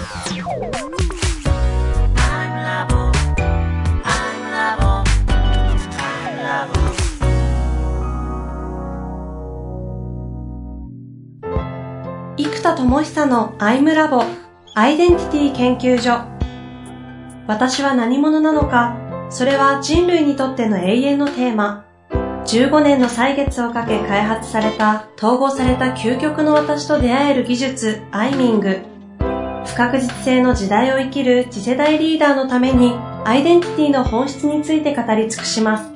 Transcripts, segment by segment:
生田智久のアイムラボアイデンティティ研究所。私は何者なのか、それは人類にとっての永遠のテーマ。15年の歳月をかけ開発された統合された究極の私と出会える技術アイミング。不確実性の時代を生きる次世代リーダーのためにアイデンティティの本質について語り尽くします。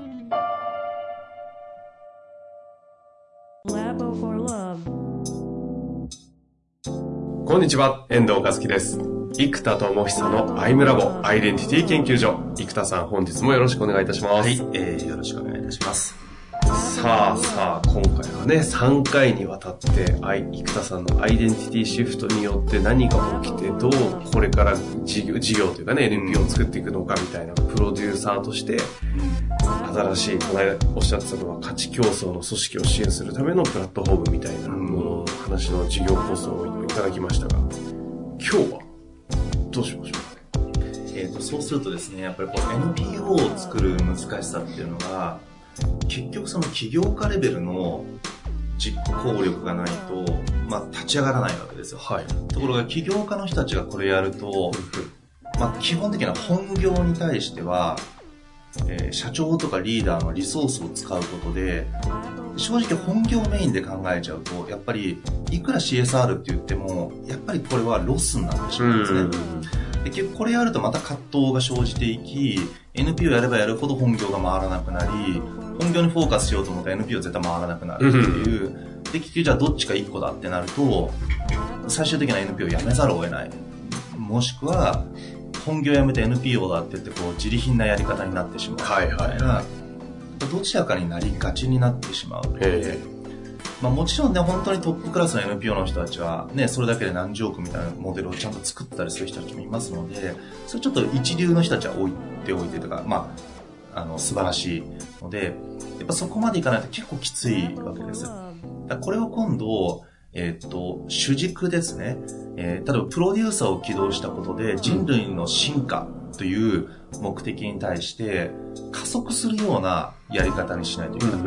こんにちは、遠藤和樹です。生田智久のアイムラボアイデンティティ研究所。生田さん、本日もよろしくお願いいたします。 はい、よろしくお願いいたします。 さあ、今回はね、3回にわたって、生田さんのアイデンティティシフトによって何が起きて、どうこれから事業というかね、NPO を作っていくのかみたいな、プロデューサーとして、新しい、この間おっしゃってたのは、価値競争の組織を支援するためのプラットフォームみたいなものの話の事業構想をいただきましたが、今日はどうしましょうかね。 そうするとですね、やっぱりこう NPO を作る難しさっていうのが、結局その起業家レベルの実行力がないと、立ち上がらないわけですよ。 はい。 ところが起業家の人たちがこれやると、基本的な本業に対しては、社長とかリーダーのリソースを使うことで、正直本業メインで考えちゃうと、やっぱりいくら CSR って言っても、やっぱりこれはロスになってしまうんですね。で、結局これやるとまた葛藤が生じていき、NPO やればやるほど本業が回らなくなり、本業にフォーカスしようと思ったら NPO 絶対回らなくなるっていう。で、結局じゃあどっちか1個だってなると、最終的な NPO をやめざるを得ない。もしくは、本業をやめて NPO だって言ってこう自利品なやり方になってしまうみたいな、どちらかになりがちになってしまうので、もちろんね、本当にトップクラスの NPO の人たちはね、それだけで何十億みたいなモデルをちゃんと作ったりする人たちもいますので、それちょっと一流の人たちは置いておいてとか、素晴らしいので、やっぱそこまでいかないと結構きついわけです。これを今度、主軸ですね。例えばプロデューサーを起動したことで人類の進化という目的に対して加速するようなやり方にしないといけない。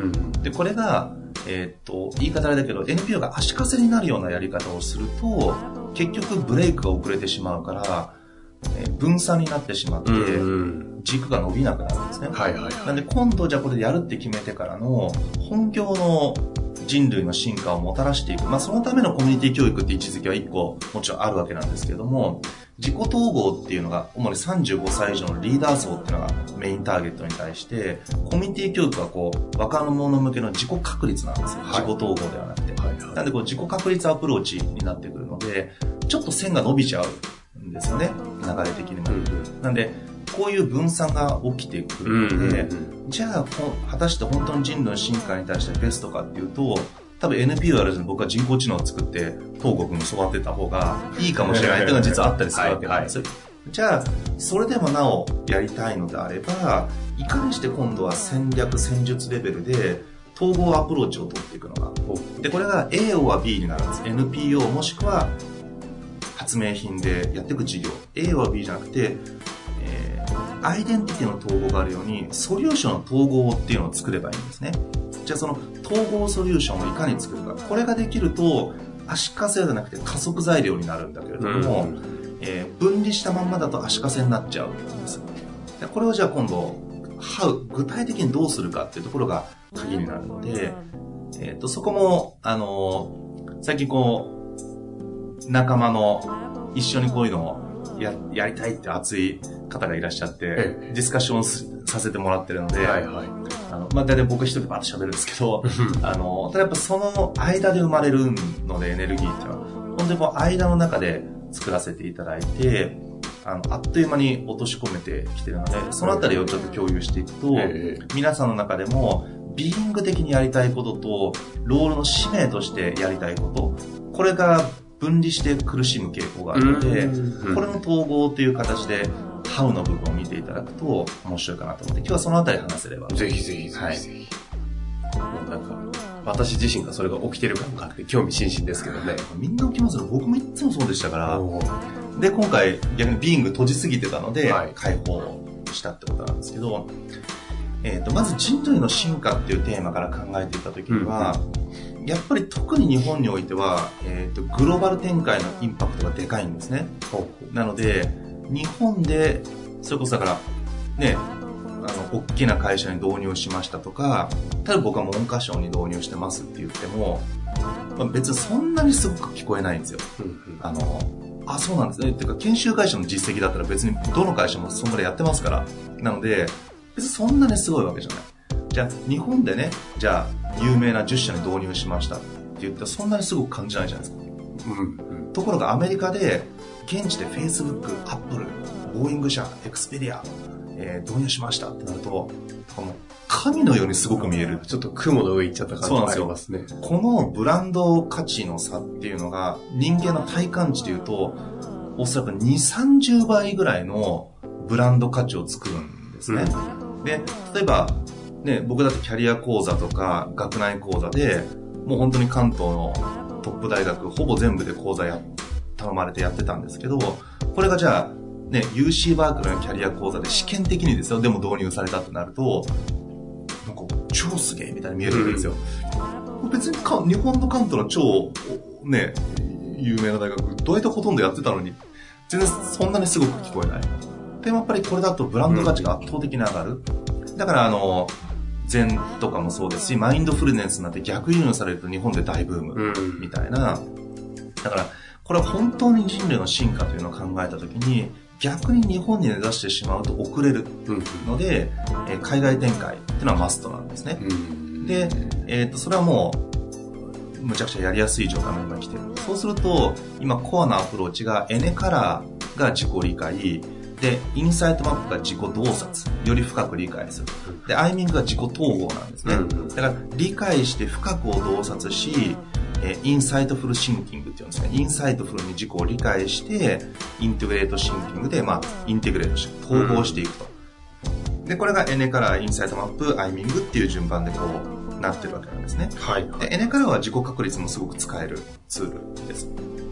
で、これが、言い方あれだけど NPO が足かせになるようなやり方をすると結局ブレイクが遅れてしまうから、分散になってしまって軸が伸びなくなるんですね。なんで今度じゃあこれでやるって決めてからの本業の人類の進化をもたらしていく。そのためのコミュニティ教育って位置づけは1個もちろんあるわけなんですけども、自己統合っていうのが主に35歳以上のリーダー層っていうのがメインターゲットに対して、コミュニティ教育はこう若者向けの自己確立なんですよ。自己統合ではなくて。なんでこう自己確立アプローチになってくるので、ちょっと線が伸びちゃうんですよね。流れ的にも。なんで、こういう分散が起きてくるので、じゃあ果たして本当に人類の進化に対してベストかっていうと、多分 NPO やらずに僕は人工知能を作って東国に育てた方がいいかもしれないっていうのが実はあったりするわけなんです。じゃあそれでもなおやりたいのであれば、いかにして今度は戦略戦術レベルで統合アプローチを取っていくのか。で、これが A は B になるんです。NPO もしくは発明品でやっていく事業。A は B じゃなくて、アイデンティティの統合があるようにソリューションの統合っていうのを作ればいいんですね。じゃあその統合ソリューションをいかに作るか。これができると足かせじゃなくて加速材料になるんだけれども、分離したまんまだと足かせになっちゃうんです。でこれをじゃあ今度具体的にどうするかっていうところが鍵になるので、そこも最近こう仲間の一緒にこういうのをやりたいって熱い方がいらっしゃって、ディスカッションさせてもらってるので、大体僕一人バーッと喋るんですけど、ただやっぱその間で生まれるのでエネルギーっていうのは、本当にこう間の中で作らせていただいて、あっという間に落とし込めてきてるので、そのあたりをちょっと共有していくと、皆さんの中でもビーイング的にやりたいことと、ロールの使命としてやりたいこと、これが分離して苦しむ傾向があるので、これの統合という形でハウの部分を見ていただくと面白いかなと思って、今日はそのあたり話せれば。 ぜひぜひ。もうなんか私自身がそれが起きてるかもかって興味津々ですけどね。 みんな起きますよ。僕もいつもそうでしたから、 で、今回逆にビーイング閉じすぎてたので、 はい、 開放したってことなんですけど、まず人類の進化っていうテーマから考えていったときには、やっぱり特に日本においては、グローバル展開のインパクトがでかいんですね。なので、日本で、それこそだから、ね、大きな会社に導入しましたとか、例えば僕は文科省に導入してますって言っても、別にそんなにすごく聞こえないんですよ。そうなんですね。っていうか、研修会社の実績だったら別にどの会社もそんぐらいやってますから。なので、別にそんなにすごいわけじゃない。じゃあ、日本でね、じゃあ、有名な10社に導入しましたって言ったらそんなにすごく感じないじゃないですか。ところがアメリカで、現地で Facebook、Apple、ボーイング社、Expedia、導入しましたってなると、もう神のようにすごく見える。 ちょっと雲の上行っちゃった感じがありますね。 このブランド価値の差っていうのが、人間の体感値でいうと、おそらく2、30倍ぐらいのブランド価値を作るんですね。で、例えば、ね、僕だってキャリア講座とか学内講座で、もう本当に関東のトップ大学、ほぼ全部で講座頼まれてやってたんですけど、これがじゃあ、ね、UC バークレーのキャリア講座で試験的にですよ、でも導入されたってなると、なんか超すげえみたいに見えるわけですよ。別に日本の関東の超、ね、有名な大学、どうやってほとんどやってたのに、全然そんなにすごく聞こえない。でもやっぱりこれだとブランド価値が圧倒的に上がる。だから禅とかもそうですし、マインドフルネスなんて逆輸入されると日本で大ブームみたいな。だから、これは本当に人類の進化というのを考えたときに、逆に日本に根ざしてしまうと遅れるので、海外展開っていうのはマストなんですね。で、それはもう、むちゃくちゃやりやすい状態に今来てる。そうすると、今コアなアプローチがエネカラーが自己理解、で、インサイトマップが自己洞察、より深く理解する。で、アイミングが自己統合なんですね。だから、理解して深くを洞察し、インサイトフルシンキングっていうんですね。インサイトフルに自己を理解して、インテグレートシンキングで、インテグレートして、統合していくと。で、これがエネカラー、インサイトマップ、アイミングっていう順番でこうなってるわけなんですね。はい。で、エネカラーは自己確率もすごく使えるツールです。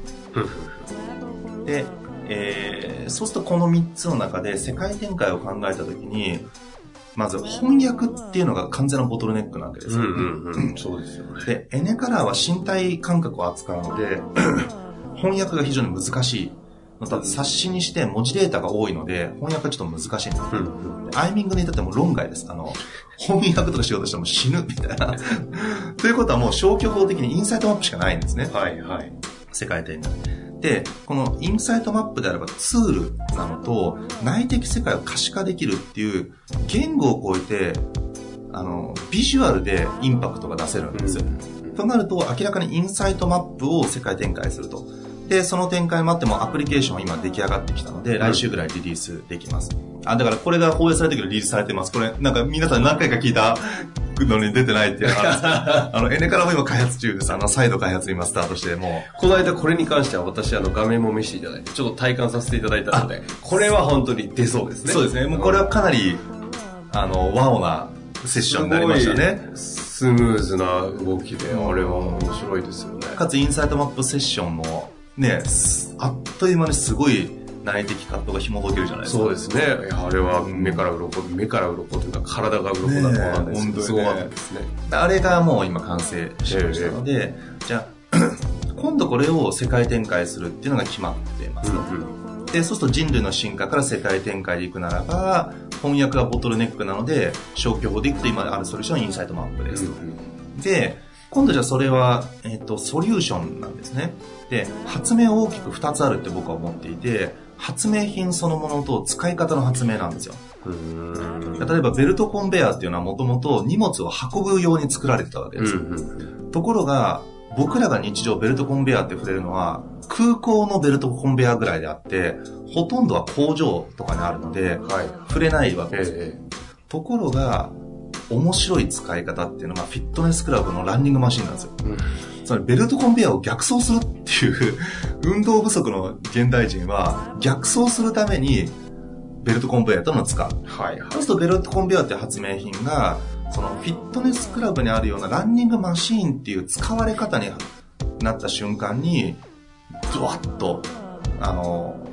で、そうするとこの3つの中で世界展開を考えたときに、まず翻訳っていうのが完全なボトルネックなわけですよ。 そうですよね。 で、エネカラーは身体感覚を扱うので、翻訳が非常に難しい。冊子にして文字データが多いので、翻訳がちょっと難しいんです。アイミングに至っても論外です。翻訳とかしようとしても死ぬみたいな。ということはもう消去法的にインサイトマップしかないんですね。はいはい。世界展開。で、このインサイトマップであればツールなのと、内的世界を可視化できるっていう、言語を超えて、ビジュアルでインパクトが出せるんですよ。となると、明らかにインサイトマップを世界展開すると。で、その展開もあってもアプリケーションは今出来上がってきたので、来週ぐらいリリースできます。だからこれが放映されたけどリリースされてます。これ、なんか皆さん何回か聞いたのに出てないっていうエネカラも今開発中です。再度開発今スタートして、もう。 この間これに関しては私画面も見せていただいて、ちょっと体感させていただいたので、これは本当に出そうですね。 そうですね。もうこれはかなり、ワオなセッションになりましたね。 スムーズな動きで、あれは面白いですよね。 かつインサイトマップセッションも、ね、あっという間にすごい内的葛藤が紐解けるじゃないですか。 そうですね。いや、あれは目から鱗というか体が鱗だとなんですけど、すごかったですね。 あれがもう今完成しましたので、じゃあ今度これを世界展開するっていうのが決まっていますと。で、そうすると人類の進化から世界展開でいくならば、翻訳がボトルネックなので、消去法でいくと今あるソリューションはインサイトマップですと。で、今度じゃあそれは、ソリューションなんですね。で、発明大きく2つあるって僕は思っていて、発明品そのものと使い方の発明なんですよ。例えばベルトコンベヤーっていうのはもともと荷物を運ぶように作られてたわけです。ところが、僕らが日常ベルトコンベヤーって触れるのは、空港のベルトコンベヤーぐらいであって、ほとんどは工場とかにあるので、触れないわけです。ところが、面白い使い方っていうのがフィットネスクラブのランニングマシンなんですよ。つまりベルトコンベヤーを逆走するっていう運動不足の現代人は逆走するためにベルトコンベヤーというのを使う。そうするとベルトコンベヤーっていう発明品がそのフィットネスクラブにあるようなランニングマシーンっていう使われ方になった瞬間にドワッと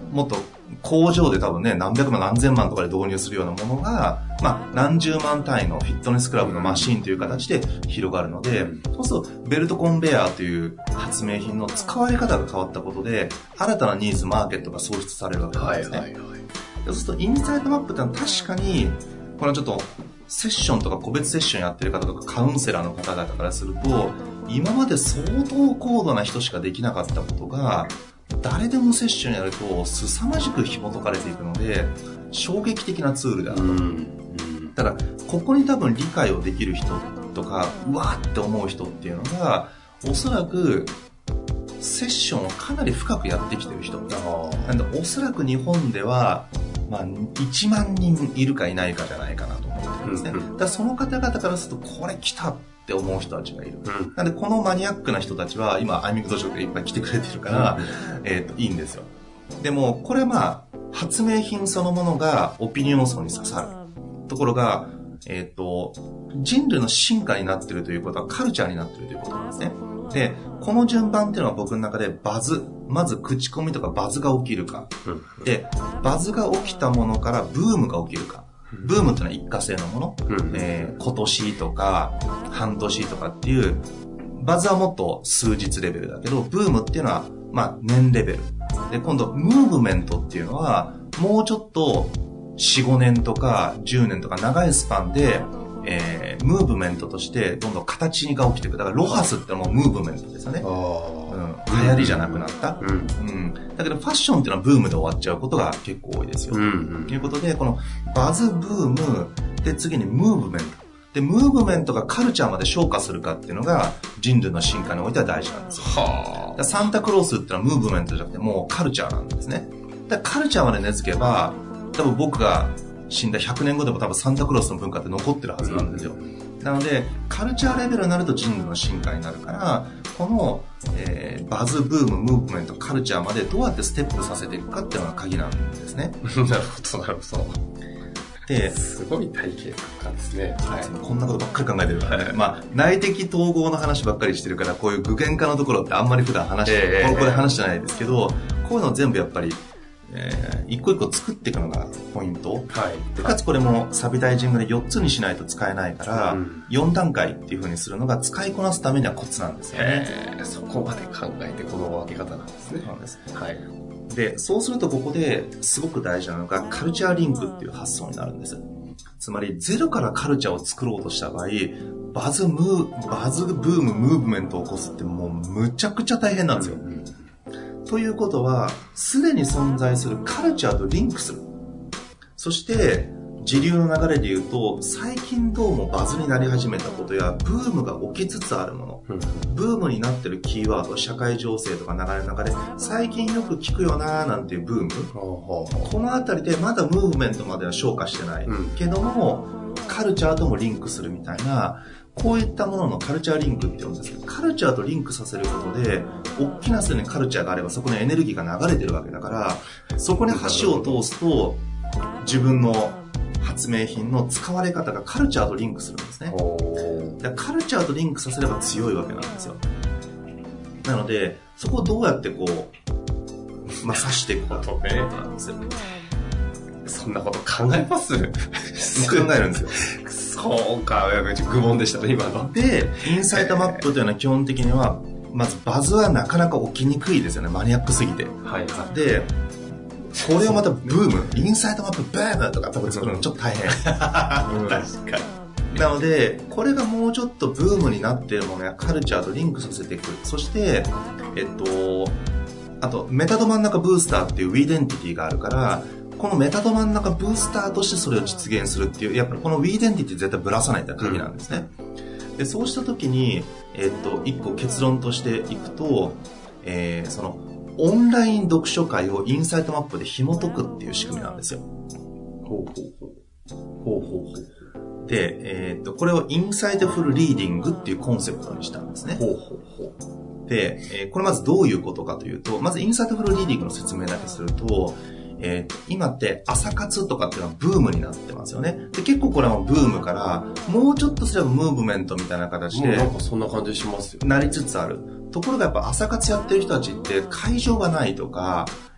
もっと工場で多分ね、何百万何千万とかで導入するようなものが、何十万単位のフィットネスクラブのマシンという形で広がるので、そうするとベルトコンベヤーという発明品の使われ方が変わったことで、新たなニーズ、マーケットが創出されるわけなんですね。そうするとインサイトマップってのは確かに、これはちょっとセッションとか個別セッションやってる方とかカウンセラーの方々からすると、今まで相当高度な人しかできなかったことが、誰でもセッションやると凄まじく紐解かれていくので、衝撃的なツールだなと。だからここに多分理解をできる人とか、うわーって思う人っていうのが、おそらくセッションをかなり深くやってきてる人なんで、おそらく日本では1万人いるかいないかじゃないかなと思ってるんですね。だからその方々からすると、これ来たって思う人たちがいる。なのでこのマニアックな人たちは今アイミック道場でいっぱい来てくれてるから、いいんですよ。でもこれは発明品そのものがオピニオン層に刺さるところが、人類の進化になっているということはカルチャーになっているということなんですね。で、この順番っていうのは僕の中でバズ、まず口コミとかバズが起きるか、でバズが起きたものからブームが起きるか。ブームっていうのは一過性のもの、今年とか半年とかっていう、バズはもっと数日レベルだけど、ブームっていうのは年レベルで、今度ムーブメントっていうのはもうちょっと 4,5 年とか10年とか長いスパンで、ムーブメントとしてどんどん形が起きていく。だからロハスってのはもうムーブメントですよね。流行りじゃなくなった、だけどファッションっていうのはブームで終わっちゃうことが結構多いですよ、ということで、このバズブームで次にムーブメントで、ムーブメントがカルチャーまで昇華するかっていうのが人類の進化においては大事なんですよ。だからサンタクロースっていうのはムーブメントじゃなくてもうカルチャーなんですね。だからカルチャーまで根付けば、多分僕が死んだ100年後でも多分サンタクロースの文化って残ってるはずなんですよ。なのでカルチャーレベルになると人類の進化になるから、この、バズブーム、ムーブメント、カルチャーまでどうやってステップさせていくかっていうのが鍵なんですね。 なるほどなるほど。ですごい体系感ですね。 こんなことばっかり考えてるからね。内的統合の話ばっかりしてるから、こういう具現化のところってあんまり普段ここで話してないですけど、こういうの全部やっぱり一個一個作っていくのがポイント、でかつこれもサビタイジングで4つにしないと使えないから、4段階っていう風にするのが使いこなすためにはコツなんですよね。 そこまで考えてこの分け方なんですね。 そうです。で、そうするとここですごく大事なのがカルチャーリンクっていう発想になるんです。つまりゼロからカルチャーを作ろうとした場合、バズブーム、ムーブメントを起こすってもうむちゃくちゃ大変なんですよ。ということは、すでに存在するカルチャーとリンクする。そして、時流の流れで言うと、最近どうもバズになり始めたことや、ブームが起きつつあるもの、ブームになってるキーワード、社会情勢とか流れの中で、最近よく聞くよなーなんていうブーム、このあたりでまだムーブメントまでは昇華してない、けども、カルチャーともリンクするみたいな、こういったもののカルチャーリンクって言うんですけど、カルチャーとリンクさせることで、大きなすでにカルチャーがあればそこにエネルギーが流れてるわけだから、そこに橋を通すと、自分の発明品の使われ方がカルチャーとリンクするんですね。だからカルチャーとリンクさせれば強いわけなんですよ。なので、そこをどうやってこう、刺していくかということなんですよ。 そんなこと考えます？ 考えるんですよ。 そうか、愚問でしたね、今の。 で、インサイトマップというのは基本的には、まずバズはなかなか起きにくいですよね、マニアックすぎて。で、これをまたブーム、インサイトマップブームとか多分作るのちょっと大変。確かに。なので、これがもうちょっとブームになっているものやカルチャーとリンクさせていく。そして、あと、メタド真ん中ブースターっていうウィデンティティがあるから、このメタド真ん中ブースターとしてそれを実現するっていう、やっぱりこのウィデンティティ絶対ぶらさないって鍵なんですね。で、そうした時に、一個結論としていくと、その、オンライン読書会をインサイトマップで紐解くっていう仕組みなんですよ。で、これをインサイトフルリーディングっていうコンセプトにしたんですね。で、これまずどういうことかというと、まずインサイトフルリーディングの説明だけすると、今って朝活とかっていうのはブームになってますよね。で、結構これはブームからもうちょっとすればムーブメントみたいな形でなんかそんな感じしますよ。 なりつつある。ところがやっぱ朝活やってる人たちって会場がないとか、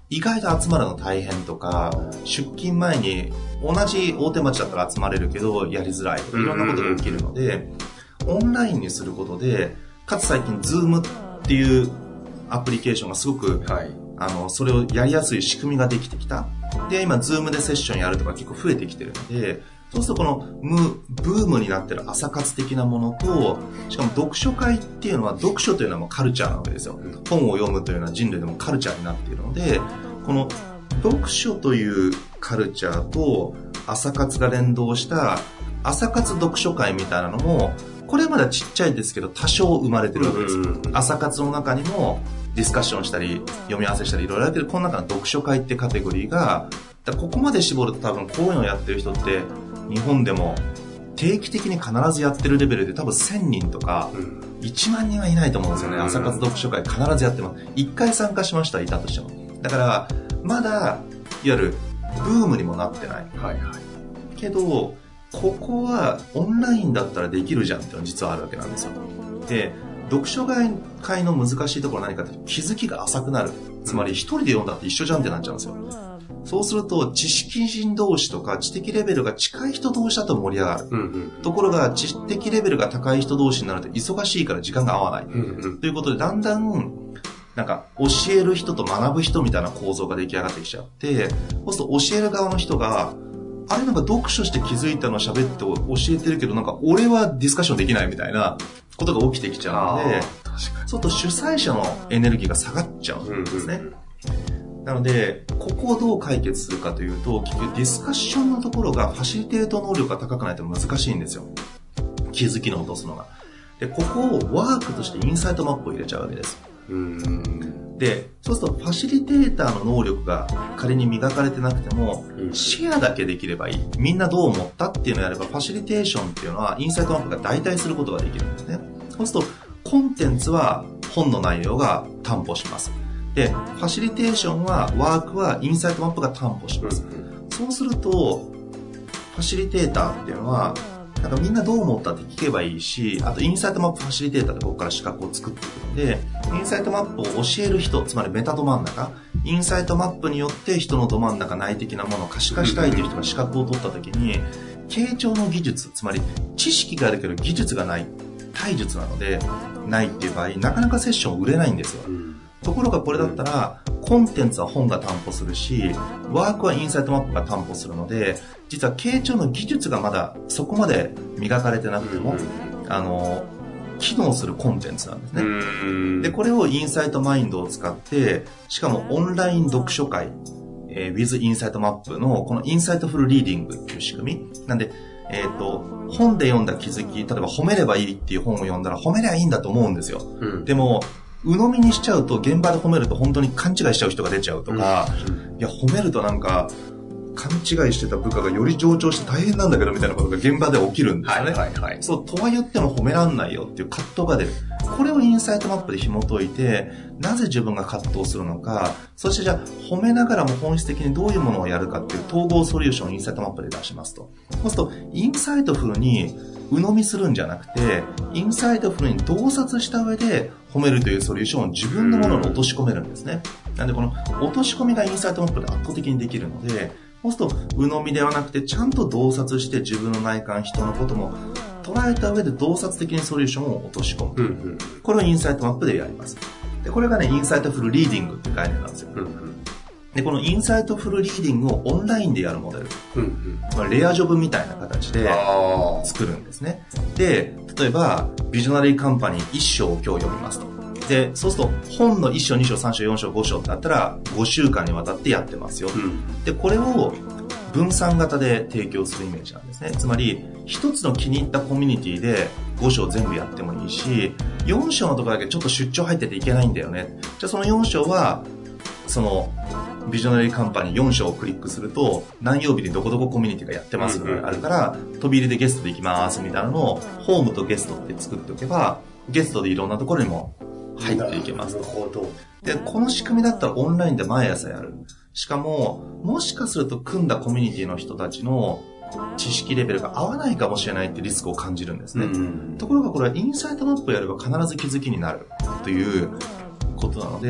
意外と集まるの大変とか、出勤前に同じ大手町だったら集まれるけどやりづらいとかいろんなことが起きるので、オンラインにすることで、かつ最近 Zoom っていうアプリケーションがすごく、はい、それをやりやすい仕組みができてきた。で、今 Zoom でセッションやるとか結構増えてきてるので、そうするとこのブームになってる朝活的なものと、しかも読書会っていうのは、読書というのはもうカルチャーなわけですよ。本を読むというのは人類でもカルチャーになっているので、この読書というカルチャーと朝活が連動した朝活読書会みたいなのも、これまだちっちゃいですけど多少生まれてるわけです。朝活の中にもディスカッションしたり読み合わせしたりいろいろあるけど、この中の読書会ってカテゴリーが、ここまで絞ると多分こういうのをやってる人って日本でも定期的に必ずやってるレベルで多分1000人とか1万人はいないと思うんですよね。朝活読書会必ずやってます。1回参加しましたいたとしても。だからまだいわゆるブームにもなってない、はいはい、けどここはオンラインだったらできるじゃんっていうのが実はあるわけなんですよ。で、読書会の難しいところは何かって気づきが浅くなる。つまり一人で読んだって一緒じゃんってなっちゃうんですよ。そうすると知識人同士とか知的レベルが近い人同士だと盛り上がる、ところが知的レベルが高い人同士になると忙しいから時間が合わない、ということでだんだんなんか教える人と学ぶ人みたいな構造が出来上がってきちゃって、そうすると教える側の人があれなんか読書して気づいたの喋って教えてるけどなんか俺はディスカッションできないみたいなことが起きてきちゃうので、そうすると主催者のエネルギーが下がっちゃうんですね、なのでここをどう解決するかというと、結局ディスカッションのところがファシリテート能力が高くないと難しいんですよ。気づきの落とすのが。で、ここをワークとしてインサイトマップを入れちゃうわけです。で、そうするとファシリテーターの能力が仮に磨かれてなくても、シェアだけできればいい。みんなどう思ったっていうのをやれば、ファシリテーションっていうのはインサイトマップが代替することができるんですね。そうするとコンテンツは本の内容が担保します。で、ファシリテーションはワークはインサイトマップが担保します。そうするとファシリテーターっていうのはなんかみんなどう思ったって聞けばいいし、あとインサイトマップファシリテーターでここから資格を作っていくので、インサイトマップを教える人、つまりメタど真ん中、インサイトマップによって人のど真ん中内的なものを可視化したいという人が資格を取った時に、傾聴の技術、つまり知識があるけど技術がない、体術なのでないっていう場合、なかなかセッション売れないんですよ。ところがこれだったらコンテンツは本が担保するし、ワークはインサイトマップが担保するので、実は傾聴の技術がまだそこまで磨かれてなくても、機能するコンテンツなんですね。で、これをインサイトマインドを使って、しかもオンライン読書会、with インサイトマップのこのインサイトフルリーディングっていう仕組みなんで、本で読んだ気づき、例えば褒めればいいっていう本を読んだら褒めればいいんだと思うんですよ。でも鵜呑みにしちゃうと、現場で褒めると本当に勘違いしちゃう人が出ちゃうとか、いや褒めるとなんか勘違いしてた部下がより上長して大変なんだけどみたいなことが現場で起きるんですよね。そうとは言っても褒めらんないよっていう葛藤が出る。これをインサイトマップで紐解いて、なぜ自分が葛藤するのか、そしてじゃあ褒めながらも本質的にどういうものをやるかっていう統合ソリューションをインサイトマップで出しますと。そうするとインサイトフルに鵜呑みするんじゃなくて、インサイトフルに洞察した上で褒めるというソリューションを自分のものに落とし込めるんですね。なのでこの落とし込みがインサイトマップで圧倒的にできるので、そうすると鵜呑みではなくてちゃんと洞察して自分の内観、人のことも捉えた上で洞察的にソリューションを落とし込む、これをインサイトマップでやります。でこれがね、インサイトフルリーディングっていう概念なんですよ。でこのインサイトフルリーディングをオンラインでやるモデル、レアジョブみたいな形で作るんですね。で例えばビジョナリーカンパニー1章を今日読みますと。でそうすると本の1章2章3章4章5章ってなったら5週間にわたってやってますよ、でこれを分散型で提供するイメージなんですね。つまり一つの気に入ったコミュニティで5章全部やってもいいし、4章のところだけちょっと出張入ってていけないんだよね。じゃあその4章はそのビジョナリーカンパニー4章をクリックすると何曜日にどこどこコミュニティがやってますのがあるから、飛び入りでゲストで行きますみたいなのをホームとゲストって作っておけば、ゲストでいろんなところにも入っていけます。なるほど。でこの仕組みだったらオンラインで毎朝やる。しかももしかすると組んだコミュニティの人たちの知識レベルが合わないかもしれないってリスクを感じるんですね、ところがこれはインサイトマップをやれば必ず気づきになるということなので、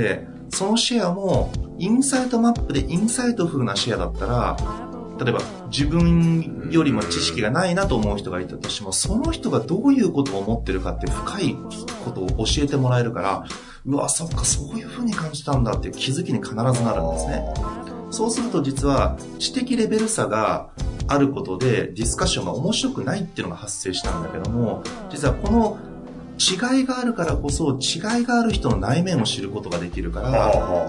そのシェアもインサイトマップでインサイトフルなシェアだったら、例えば自分よりも知識がないなと思う人がいたとしても、その人がどういうことを思ってるかって深いことを教えてもらえるから、うわ、そっか、そういう風に感じたんだっていう気づきに必ずなるんですね。そうすると実は知的レベル差があることでディスカッションが面白くないっていうのが発生したんだけども、実はこの違いがあるからこそ違いがある人の内面を知ることができるから、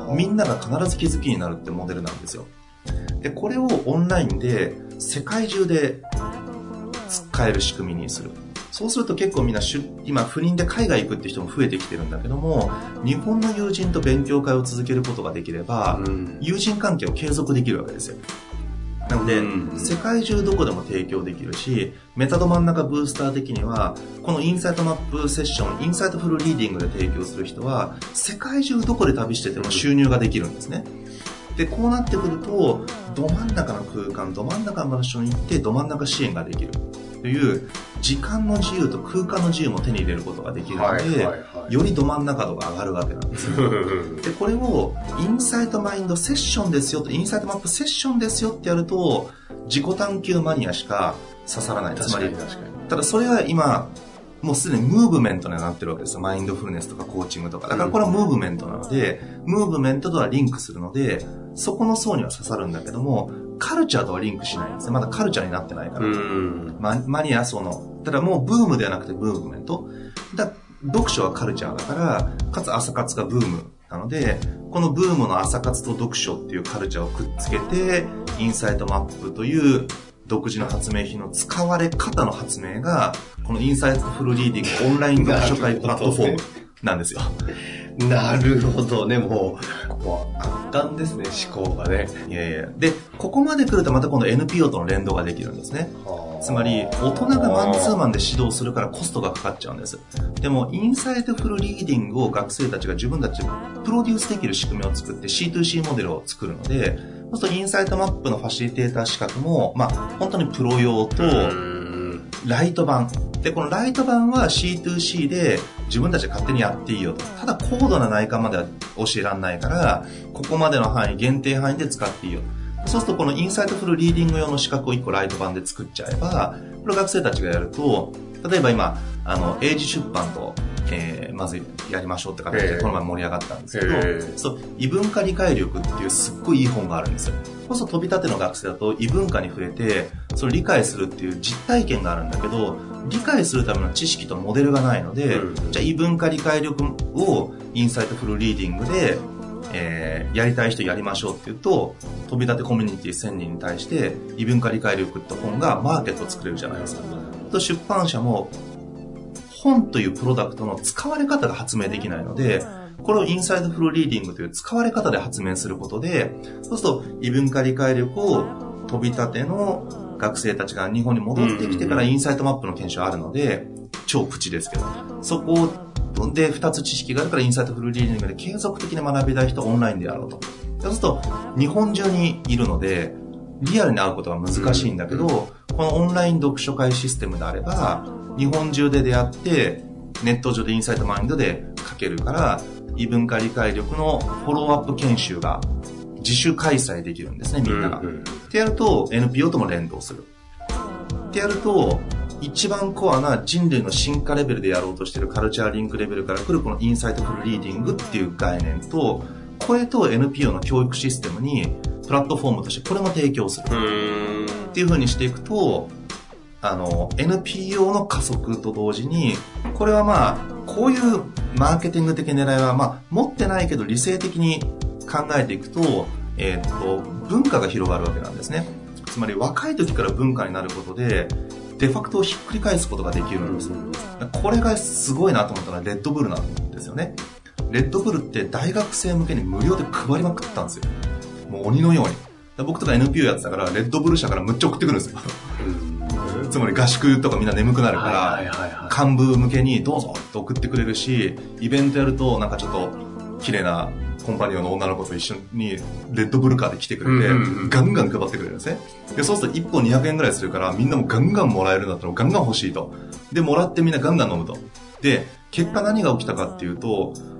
みんなが必ず気づきになるってモデルなんですよ。で、これをオンラインで世界中で使える仕組みにする。そうすると結構みんな今不妊で海外行くって人も増えてきてるんだけども、日本の友人と勉強会を続けることができれば、友人関係を継続できるわけですよ。なので、世界中どこでも提供できるし、メタド真ん中ブースター的には、このインサイトマップセッション、インサイトフルリーディングで提供する人は、世界中どこで旅してても収入ができるんですね。で、こうなってくると、ど真ん中の空間、ど真ん中の場所に行って、ど真ん中支援ができるという、時間の自由と空間の自由も手に入れることができるので、よりど真ん中度が上がるわけなんですよ。で、これをインサイトマインドセッションですよと、インサイトマップセッションですよってやると、自己探求マニアしか刺さらない。つまり、ただそれは今、もうすでにムーブメントになってるわけですよ。マインドフルネスとかコーチングとか。だからこれはムーブメントなので、ムーブメントとはリンクするので、そこの層には刺さるんだけども、カルチャーとはリンクしないんですね。まだカルチャーになってないから。マニア層の。ただもうブームではなくてムーブメント。読書はカルチャーだから、かつ朝活がブームなので、このブームの朝活と読書っていうカルチャーをくっつけて、インサイトマップという独自の発明品の使われ方の発明が、このインサイトフルリーディングオンライン読書会プラットフォームなんですよ。 なるほどね。もう、ここは圧巻ですね、思考がね。 いやいや。で、ここまで来るとまた今度 NPO との連動ができるんですね。つまり、大人がマンツーマンで指導するからコストがかかっちゃうんです。でも、インサイトフルリーディングを学生たちが自分たちでプロデュースできる仕組みを作って C2C モデルを作るので、そうするとインサイトマップのファシリテーター資格も、本当にプロ用と、ライト版。で、このライト版は C2C で自分たちで勝手にやっていいよと。ただ高度な内観までは教えられないから、ここまでの範囲、限定範囲で使っていいよ。そうするとこのインサイトフルリーディング用の資格を1個ライト版で作っちゃえば、これ学生たちがやると、例えば今、英字出版と、まずやりましょうって形でこの前盛り上がったんですけど、そう、異文化理解力っていうすっごいいい本があるんですよ。そうすると飛び立ての学生だと異文化に触れて、それを理解するっていう実体験があるんだけど、理解するための知識とモデルがないので、じゃあ異文化理解力をインサイトフルリーディングで、やりたい人やりましょうって言うと、飛び立てコミュニティ1000人に対して異文化理解力って本がマーケットを作れるじゃないですか。と出版社も本というプロダクトの使われ方が発明できないので、これをインサイトフルリーディングという使われ方で発明することで、そうすると異文化理解力を飛び立ての学生たちが日本に戻ってきてからインサイトマップの研修あるので、超プチですけど、そこで2つ知識があるからインサイトフルリーディングで継続的に学びたい人はオンラインでやろうと。そうすると日本中にいるのでリアルに会うことは難しいんだけど、このオンライン読書会システムであれば日本中で出会ってネット上でインサイトマインドで書けるから異文化理解力のフォローアップ研修が自主開催できるんですね、みんなが。ってやると NPO とも連動する。ってやると一番コアな人類の進化レベルでやろうとしているカルチャーリンクレベルから来るこのインサイトフルリーディングっていう概念と、これと NPO の教育システムにプラットフォームとしてこれも提供するっていう風にしていくと、NPO の加速と同時に、これはこういうマーケティング的狙いは持ってないけど理性的に考えていくと、文化が広がるわけなんですね。つまり若い時から文化になることでデファクトをひっくり返すことができるんです。これがすごいなと思ったのはレッドブルなんですよね。レッドブルって大学生向けに無料で配りまくったんですよ。もう鬼のように。僕とか NPO やってたからレッドブル社からむっちゃ送ってくるんですよ。つまり合宿とかみんな眠くなるから幹部向けにどうぞって送ってくれるし、イベントやるとなんかちょっと綺麗なコンパニオンの女の子と一緒にレッドブルカーで来てくれて、ガンガン配ってくれるんですね。で、そうすると1本200円ぐらいするからみんなもガンガンもらえるんだったらガンガン欲しいと。で、もらってみんなガンガン飲むと。で、結果何が起きたかっていうと、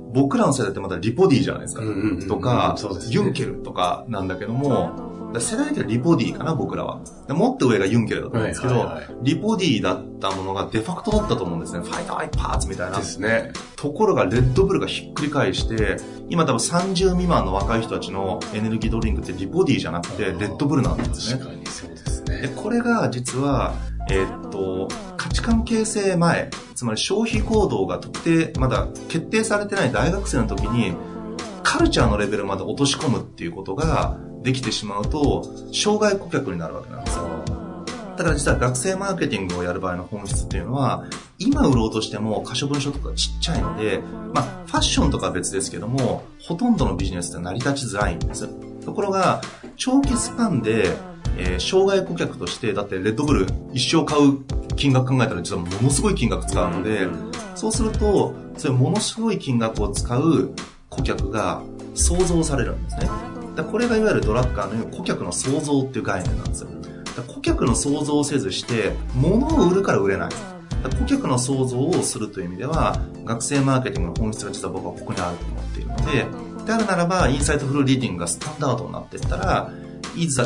僕らの世代ってまだリポディじゃないですか。とか、 ね、 ユンケルとかなんだけども、世代的にはリポディかな、僕らは。もっと上がユンケルだと思うんですけど、リポディだったものがデファクトだったと思うんですね。ファイトアイパーツみたいな。 ですね。 ところが、レッドブルがひっくり返して、今多分30未満の若い人たちのエネルギードリンクってリポディじゃなくて、レッドブルなんですね。 確かにそうですね。 で、これが実は、価値観形成前、つまり消費行動が特定、まだ決定されてない大学生の時に、カルチャーのレベルまで落とし込むっていうことができてしまうと、障害顧客になるわけなんですよ。だから実は学生マーケティングをやる場合の本質っていうのは、今売ろうとしても可処分所得がちっちゃいので、まあ、ファッションとかは別ですけども、ほとんどのビジネスって成り立ちづらいんです。ところが、長期スパンで、障害顧客として、だってレッドブル一生買う金額考えたら実はものすごい金額使うので、そうすると、そういうものすごい金額を使う顧客が想像されるんですね。だこれがいわゆるドラッカーの顧客の創造っていう概念なんですよ。だ顧客の想像をせずして、物を売るから売れない。だ顧客の想像をするという意味では、学生マーケティングの本質が実は僕はここにあると思っているので、であるならば、インサイトフルリーディングがスタンダードになっていったら、いざ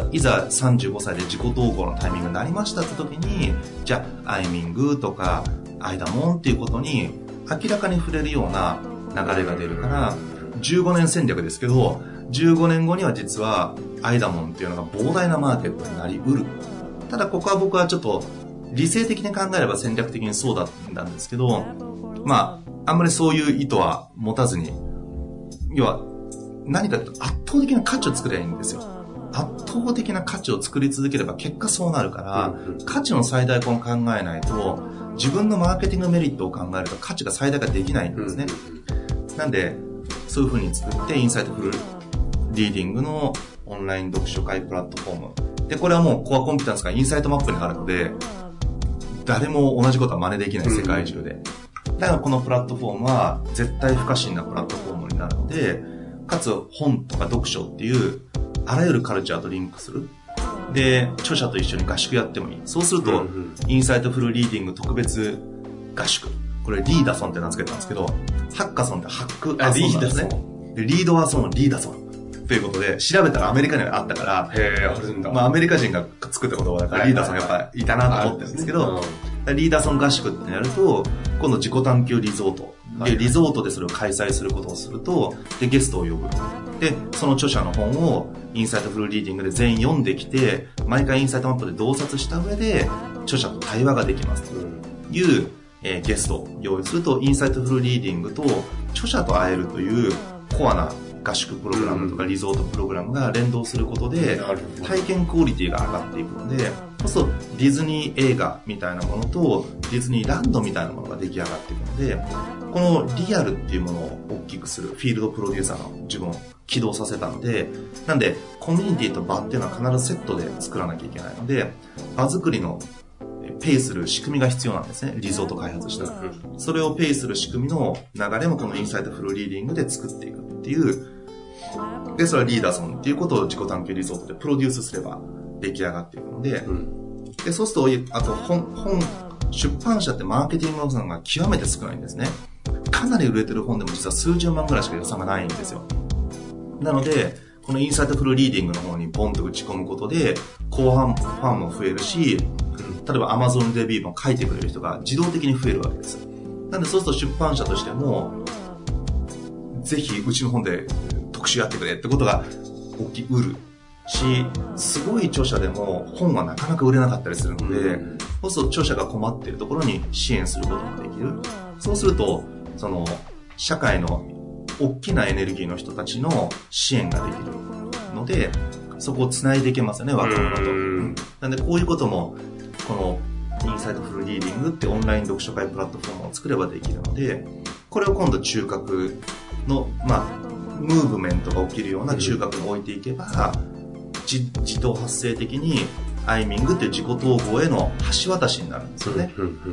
35歳で自己統合のタイミングになりましたって時に、じゃあ、アイミングとか、アイダモンっていうことに明らかに触れるような流れが出るから、15年戦略ですけど、15年後には実はアイダモンっていうのが膨大なマーケットになりうる。ただここは僕はちょっと理性的に考えれば戦略的にそうだったんですけど、まあ、あんまりそういう意図は持たずに、要は何か圧倒的な価値を作ればいいんですよ。圧倒的な価値を作り続ければ結果そうなるから、価値の最大化を考えないと、自分のマーケティングメリットを考えると価値が最大化できないんですね。なんで、そういう風に作って、インサイトフルリーディングのオンライン読書会プラットフォーム。で、これはもうコアコンピタンスがインサイトマップにあるので、誰も同じことは真似できない、世界中で。だからこのプラットフォームは絶対不可侵なプラットフォームになるので、かつ本とか読書っていうあらゆるカルチャーとリンクする。で、著者と一緒に合宿やってもいい。そうすると、インサイトフルリーディング特別合宿。これリーダソンって名付けたんですけど、ハッカソンってハックアソンなんですね。で、リードアソン、リーダソン。ということで、調べたらアメリカにはあったから、 あるんだ。 まあアメリカ人が作った言葉だから、リーダソンやっぱいたなと思ってるんですけど、リーダソン合宿ってやると、今度自己探求リゾート。で、リゾートでそれを開催することをすると、で、ゲストを呼ぶ。で、その著者の本をインサイトフルリーディングで全員読んできて、毎回インサイトマップで洞察した上で、著者と対話ができますという、ゲストを用意すると、インサイトフルリーディングと著者と会えるというコアな合宿プログラムとかリゾートプログラムが連動することで、体験クオリティが上がっていくので、そうするとディズニー映画みたいなものとディズニーランドみたいなものが出来上がっていくので、このリアルっていうものを大きくするフィールドプロデューサーの自分を起動させたので、なんでコミュニティと場っていうのは必ずセットで作らなきゃいけないので、場作りのペイする仕組みが必要なんですね。リゾート開発したら。それをペイする仕組みの流れもこのインサイトフルリーディングで作っていくっていう。で、それはリーダーソンっていうことを自己探求リゾートでプロデュースすれば出来上がっていくので、で、そうすると、あと出版社ってマーケティングの予算が極めて少ないんですね。かなり売れてる本でも実は数十万ぐらいしか予算がないんですよ。なので、このインサイトフルリーディングの方にポンと打ち込むことで、後半ファンも増えるし、例えば Amazon レビューも書いてくれる人が自動的に増えるわけです。なんでそうすると出版社としても、ぜひうちの本で特集やってくれってことが起きうるし、すごい著者でも本はなかなか売れなかったりするので、そうすると著者が困っているところに支援することもできる。そうすると、その社会の大きなエネルギーの人たちの支援ができるので、そこをつないでいけますよね、若者と。なんでこういうことも、このインサイトフルリーディングってオンライン読書会プラットフォームを作ればできるので、これを今度中核の、ムーブメントが起きるような中核に置いていけば、自動発生的にアイミングっていう自己統合への橋渡しになるんですよね。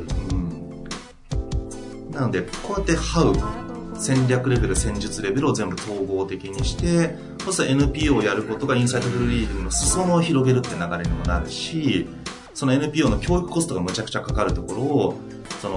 なので、こうやって戦略レベル、戦術レベルを全部統合的にして、そうすると NPO をやることがインサイトフルリーディングの裾野を広げるって流れにもなるし、その NPO の教育コストがむちゃくちゃかかるところを、その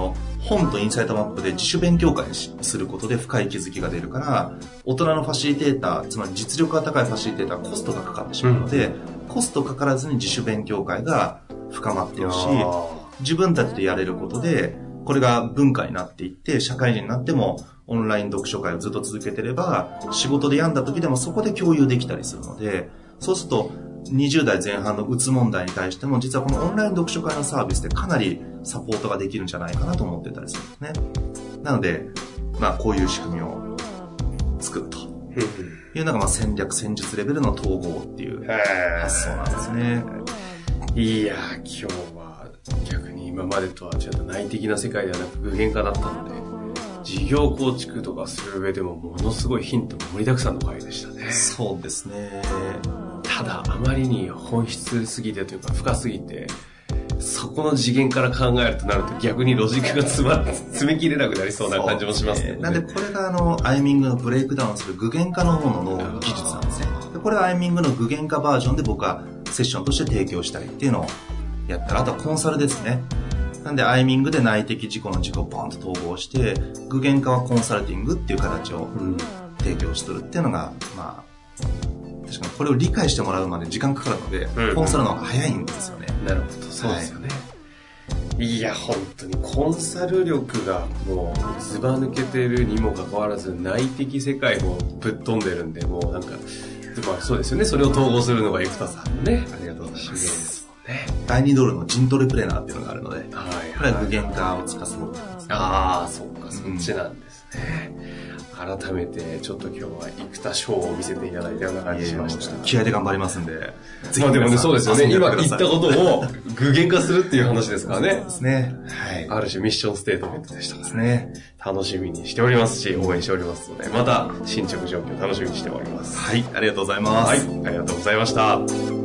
本とインサイトマップで自主勉強会にすることで深い気づきが出るから、大人のファシリテーター、つまり実力が高いファシリテーターはコストがかかってしまうので、コストかからずに自主勉強会が深まっているし、自分たちでやれることで、これが文化になっていって、社会人になってもオンライン読書会をずっと続けてれば、仕事で病んだ時でもそこで共有できたりするので、そうすると20代前半のうつ問題に対しても、実はこのオンライン読書会のサービスでかなりサポートができるんじゃないかなと思ってたりするんですね。なので、こういう仕組みを作るというのが、戦略戦術レベルの統合っていう発想なんですね。 いやー、今日は逆に今までとは違った内的な世界ではなく具現化だったので、事業構築とかする上でもものすごいヒント盛りだくさんの回でしたね。 そうですね。 ただあまりに本質すぎてというか深すぎて、そこの次元から考えるとなると逆にロジックが詰め切れなくなりそうな感じもしますけどね。 なんでこれがアイミングのブレイクダウンする具現化の方の技術なんですね。でこれはアイミングの具現化バージョンで僕はセッションとして提供したりっていうのをやったら、あとはコンサルですね。なんでアイミングで内的自己の軸をポンと統合して、具現化はコンサルティングっていう形を提供してるっていうのが、確かにこれを理解してもらうまで時間かかるので、コンサルの方が早いんですよね。 なるほど、そうですよね。いや、本当にコンサル力がもうずば抜けてるにもかかわらず、内的世界もぶっ飛んでるんで、もうなんか、そうですよね。それを統合するのが生田さんのね。 ありがとうございます。 第 2ドルの陣トレプレーナーっていうのがあるので、これは具現化を司る。 そうか、そっちなんですね。改めてちょっと今日は生田ショーを見せていただいたような感じしました。 気合で頑張りますんで。 でもね、そうですよね。今言ったことを具現化するっていう話ですからね。 そうですね。 はい。ある種ミッションステートメントでしたですね。 楽しみにしておりますし、応援しておりますので、また進捗状況楽しみにしております。 はい、ありがとうございます。 はい、ありがとうございました。